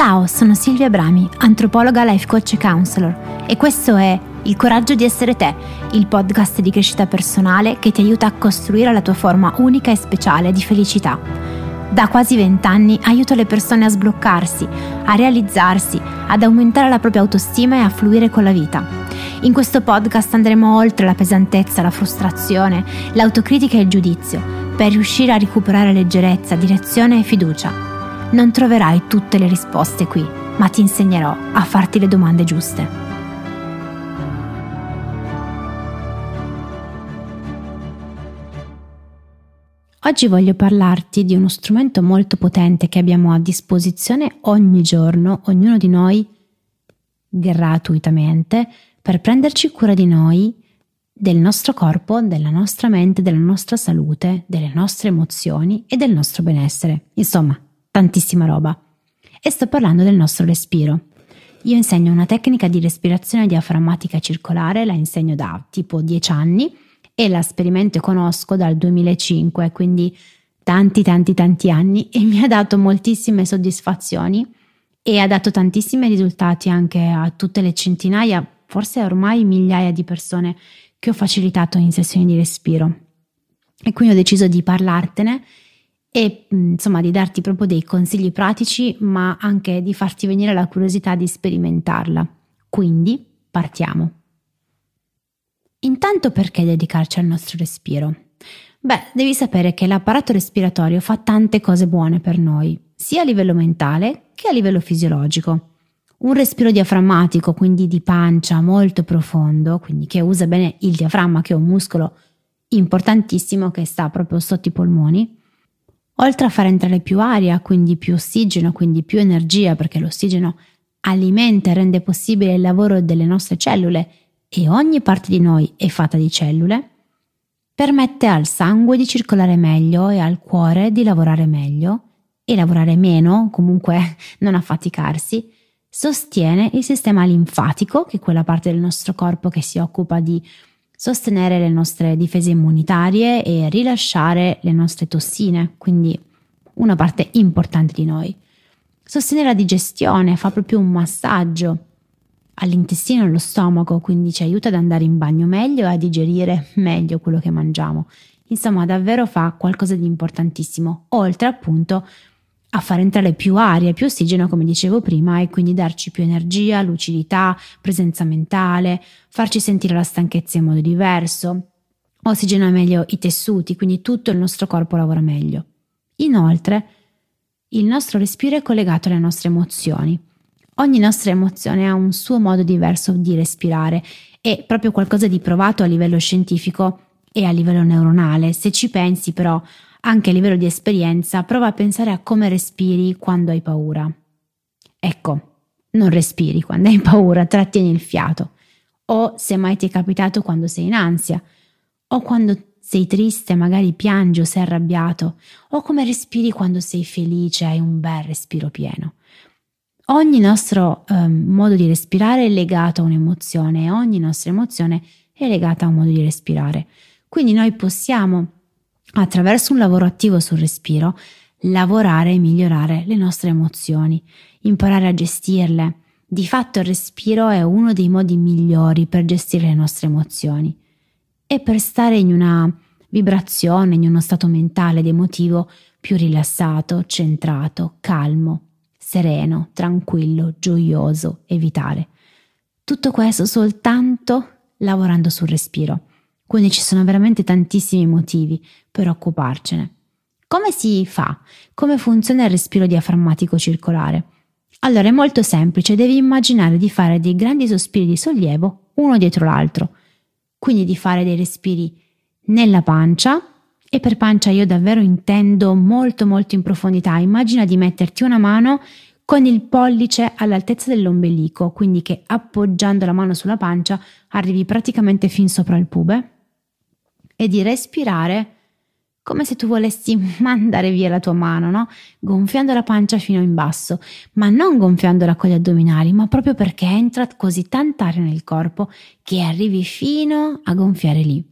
Ciao, sono Silvia Brami, antropologa, life coach e counselor e questo è Il coraggio di essere te, il podcast di crescita personale che ti aiuta a costruire la tua forma unica e speciale di felicità. Da quasi 20 anni aiuto le persone a sbloccarsi, a realizzarsi, ad aumentare la propria autostima e a fluire con la vita. In questo podcast andremo oltre la pesantezza, la frustrazione, l'autocritica e il giudizio, per riuscire a recuperare leggerezza, direzione e fiducia. Non troverai tutte le risposte qui, ma ti insegnerò a farti le domande giuste. Oggi voglio parlarti di uno strumento molto potente che abbiamo a disposizione ogni giorno, ognuno di noi, gratuitamente, per prenderci cura di noi, del nostro corpo, della nostra mente, della nostra salute, delle nostre emozioni e del nostro benessere. Insomma, tantissima roba. E sto parlando del nostro respiro. Io insegno una tecnica di respirazione diaframmatica circolare, la insegno da tipo 10 anni e la sperimento e conosco dal 2005, quindi tanti anni, e mi ha dato moltissime soddisfazioni e ha dato tantissimi risultati anche a tutte le centinaia, forse ormai migliaia di persone che ho facilitato in sessioni di respiro. E quindi ho deciso di parlartene e insomma di darti proprio dei consigli pratici, ma anche di farti venire la curiosità di sperimentarla. Quindi partiamo. Intanto, perché dedicarci al nostro respiro? Devi sapere che l'apparato respiratorio fa tante cose buone per noi, sia a livello mentale che a livello fisiologico. Un respiro diaframmatico, quindi di pancia molto profondo, quindi che usa bene il diaframma, che è un muscolo importantissimo che sta proprio sotto i polmoni, oltre a far entrare più aria, quindi più ossigeno, quindi più energia, perché l'ossigeno alimenta e rende possibile il lavoro delle nostre cellule, e ogni parte di noi è fatta di cellule, permette al sangue di circolare meglio e al cuore di lavorare meglio e lavorare meno, comunque non affaticarsi, sostiene il sistema linfatico, che è quella parte del nostro corpo che si occupa di sostenere le nostre difese immunitarie e rilasciare le nostre tossine, quindi una parte importante di noi. Sostiene la digestione, fa proprio un massaggio all'intestino e allo stomaco, quindi ci aiuta ad andare in bagno meglio e a digerire meglio quello che mangiamo. Insomma, davvero fa qualcosa di importantissimo, oltre appunto a far entrare più aria, più ossigeno, come dicevo prima, e quindi darci più energia, lucidità, presenza mentale, farci sentire la stanchezza in modo diverso, ossigena meglio i tessuti, quindi tutto il nostro corpo lavora meglio. Inoltre, il nostro respiro è collegato alle nostre emozioni. Ogni nostra emozione ha un suo modo diverso di respirare, è proprio qualcosa di provato a livello scientifico e a livello neuronale. Se ci pensi però, anche a livello di esperienza, prova a pensare a come respiri quando hai paura. Ecco, non respiri quando hai paura, trattieni il fiato. O se mai ti è capitato quando sei in ansia, o quando sei triste, magari piangi o sei arrabbiato, o come respiri quando sei felice, hai un bel respiro pieno. Ogni nostro modo di respirare è legato a un'emozione e ogni nostra emozione è legata a un modo di respirare. Quindi noi possiamo, attraverso un lavoro attivo sul respiro, lavorare e migliorare le nostre emozioni, imparare a gestirle. Di fatto il respiro è uno dei modi migliori per gestire le nostre emozioni e per stare in una vibrazione, in uno stato mentale ed emotivo più rilassato, centrato, calmo, sereno, tranquillo, gioioso e vitale. Tutto questo soltanto lavorando sul respiro. Quindi ci sono veramente tantissimi motivi per occuparcene. Come si fa? Come funziona il respiro diaframmatico circolare? Allora, è molto semplice, devi immaginare di fare dei grandi sospiri di sollievo uno dietro l'altro. Quindi di fare dei respiri nella pancia, e per pancia io davvero intendo molto in profondità. Immagina di metterti una mano con il pollice all'altezza dell'ombelico, quindi che appoggiando la mano sulla pancia arrivi praticamente fin sopra il pube, e di respirare come se tu volessi mandare via la tua mano, no? Gonfiando la pancia fino in basso, ma non gonfiandola con gli addominali, ma proprio perché entra così tanta aria nel corpo che arrivi fino a gonfiare lì.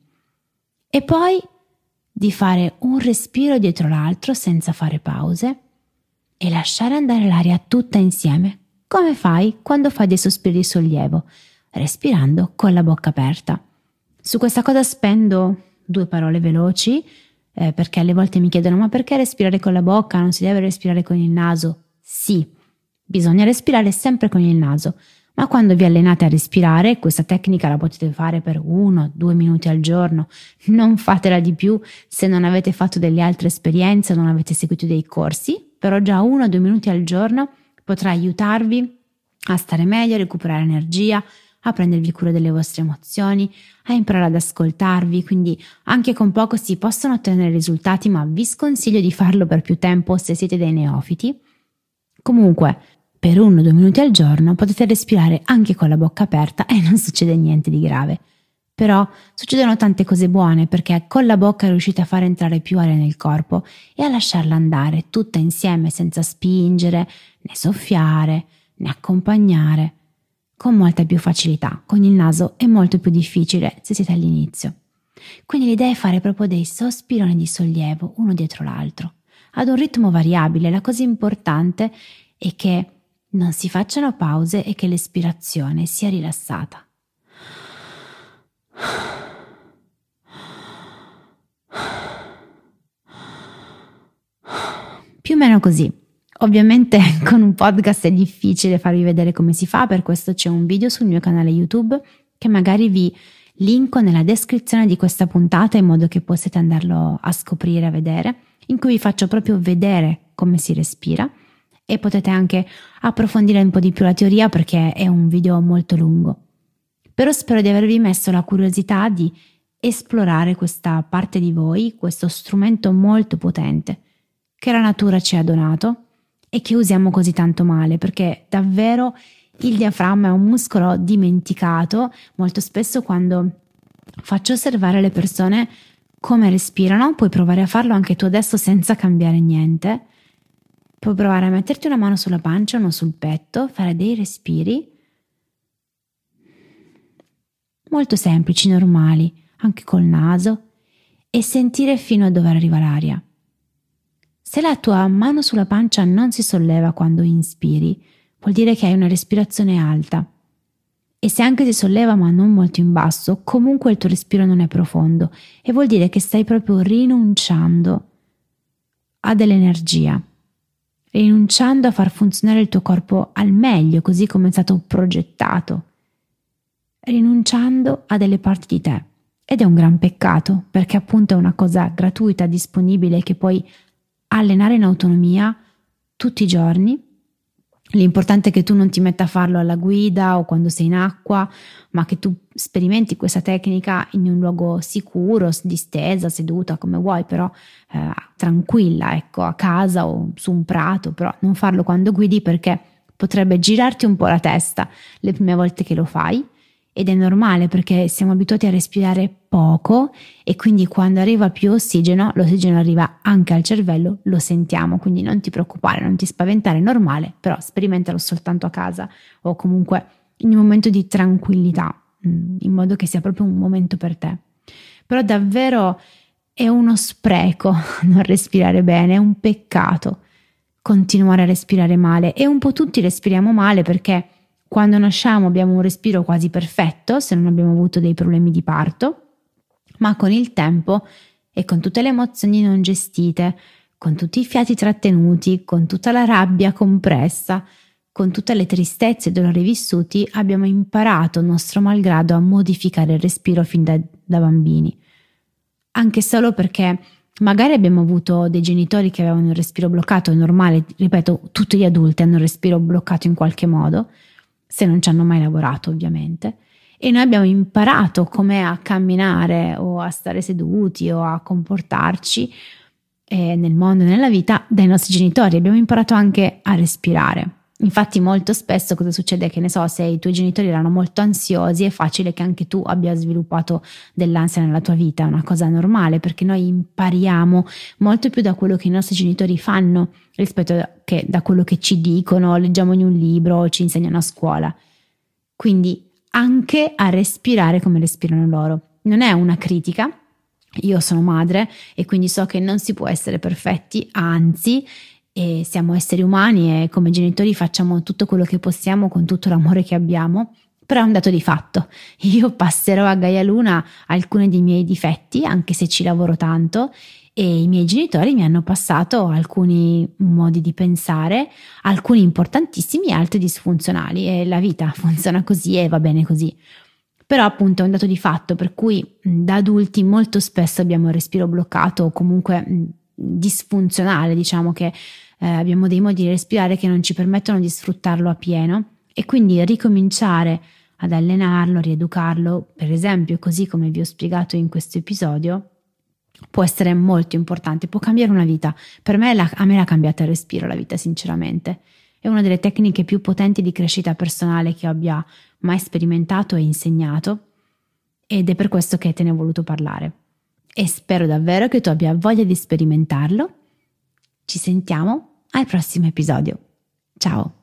E poi di fare un respiro dietro l'altro senza fare pause e lasciare andare l'aria tutta insieme, come fai quando fai dei sospiri di sollievo, respirando con la bocca aperta. Su questa cosa spendo 2 parole veloci, perché alle volte mi chiedono: ma perché respirare con la bocca? Non si deve respirare con il naso? Sì, bisogna respirare sempre con il naso, ma quando vi allenate a respirare, questa tecnica la potete fare per 1-2 minuti al giorno, non fatela di più se non avete fatto delle altre esperienze o non avete seguito dei corsi, però già 1-2 minuti al giorno potrà aiutarvi a stare meglio, a recuperare energia, a prendervi cura delle vostre emozioni, a imparare ad ascoltarvi, quindi anche con poco si possono ottenere risultati, ma vi sconsiglio di farlo per più tempo se siete dei neofiti. Comunque, per 1-2 minuti al giorno potete respirare anche con la bocca aperta e non succede niente di grave. Però succedono tante cose buone perché con la bocca riuscite a far entrare più aria nel corpo e a lasciarla andare tutta insieme senza spingere, né soffiare, né accompagnare, con molta più facilità. Con il naso è molto più difficile se siete all'inizio. Quindi l'idea è fare proprio dei sospironi di sollievo uno dietro l'altro, ad un ritmo variabile. La cosa importante è che non si facciano pause e che l'espirazione sia rilassata. Più o meno così. Ovviamente con un podcast è difficile farvi vedere come si fa, per questo c'è un video sul mio canale YouTube che magari vi linko nella descrizione di questa puntata in modo che possiate andarlo a scoprire, a vedere, in cui vi faccio proprio vedere come si respira e potete anche approfondire un po' di più la teoria perché è un video molto lungo. Però spero di avervi messo la curiosità di esplorare questa parte di voi, questo strumento molto potente che la natura ci ha donato e che usiamo così tanto male, perché davvero il diaframma è un muscolo dimenticato. Molto spesso quando faccio osservare alle persone come respirano, puoi provare a farlo anche tu adesso senza cambiare niente. Puoi provare a metterti una mano sulla pancia, uno sul petto, fare dei respiri molto semplici, normali, anche col naso, e sentire fino a dove arriva l'aria. Se la tua mano sulla pancia non si solleva quando inspiri, vuol dire che hai una respirazione alta. E se anche si solleva ma non molto in basso, comunque il tuo respiro non è profondo e vuol dire che stai proprio rinunciando a dell'energia, rinunciando a far funzionare il tuo corpo al meglio, così come è stato progettato, rinunciando a delle parti di te. Ed è un gran peccato, perché appunto è una cosa gratuita, disponibile, che puoi allenare in autonomia tutti i giorni. L'importante è che tu non ti metta a farlo alla guida o quando sei in acqua, ma che tu sperimenti questa tecnica in un luogo sicuro, distesa, seduta, come vuoi, però tranquilla, ecco, a casa o su un prato, però non farlo quando guidi perché potrebbe girarti un po' la testa le prime volte che lo fai. Ed è normale perché siamo abituati a respirare poco e quindi quando arriva più ossigeno, l'ossigeno arriva anche al cervello, lo sentiamo, quindi non ti preoccupare, non ti spaventare, è normale, però sperimentalo soltanto a casa o comunque in un momento di tranquillità, in modo che sia proprio un momento per te. Però davvero è uno spreco non respirare bene, è un peccato continuare a respirare male e un po' tutti respiriamo male perché quando nasciamo abbiamo un respiro quasi perfetto, se non abbiamo avuto dei problemi di parto, ma con il tempo e con tutte le emozioni non gestite, con tutti i fiati trattenuti, con tutta la rabbia compressa, con tutte le tristezze e dolori vissuti, abbiamo imparato, nostro malgrado, a modificare il respiro fin da bambini. Anche solo perché magari abbiamo avuto dei genitori che avevano il respiro bloccato, è normale, ripeto, tutti gli adulti hanno il respiro bloccato in qualche modo, se non ci hanno mai lavorato ovviamente, e noi abbiamo imparato come a camminare o a stare seduti o a comportarci nel mondo e nella vita dai nostri genitori, abbiamo imparato anche a respirare. Infatti molto spesso cosa succede? Che ne so, se i tuoi genitori erano molto ansiosi è facile che anche tu abbia sviluppato dell'ansia nella tua vita, è una cosa normale perché noi impariamo molto più da quello che i nostri genitori fanno rispetto che da quello che ci dicono, leggiamo in un libro o ci insegnano a scuola. Quindi anche a respirare come respirano loro. Non è una critica, io sono madre e quindi so che non si può essere perfetti, anzi, e siamo esseri umani e come genitori facciamo tutto quello che possiamo con tutto l'amore che abbiamo, però è un dato di fatto. Io passerò a Gaia Luna alcuni dei miei difetti, anche se ci lavoro tanto, e i miei genitori mi hanno passato alcuni modi di pensare, alcuni importantissimi e altri disfunzionali, e la vita funziona così e va bene così. Però appunto è un dato di fatto, per cui da adulti molto spesso abbiamo il respiro bloccato o comunque disfunzionale, diciamo che abbiamo dei modi di respirare che non ci permettono di sfruttarlo a pieno, e quindi ricominciare ad allenarlo, rieducarlo, per esempio così come vi ho spiegato in questo episodio, può essere molto importante, può cambiare una vita. Per me, a me l'ha cambiata il respiro, la vita, sinceramente. È una delle tecniche più potenti di crescita personale che io abbia mai sperimentato e insegnato, ed è per questo che te ne ho voluto parlare. E spero davvero che tu abbia voglia di sperimentarlo. Ci sentiamo al prossimo episodio. Ciao!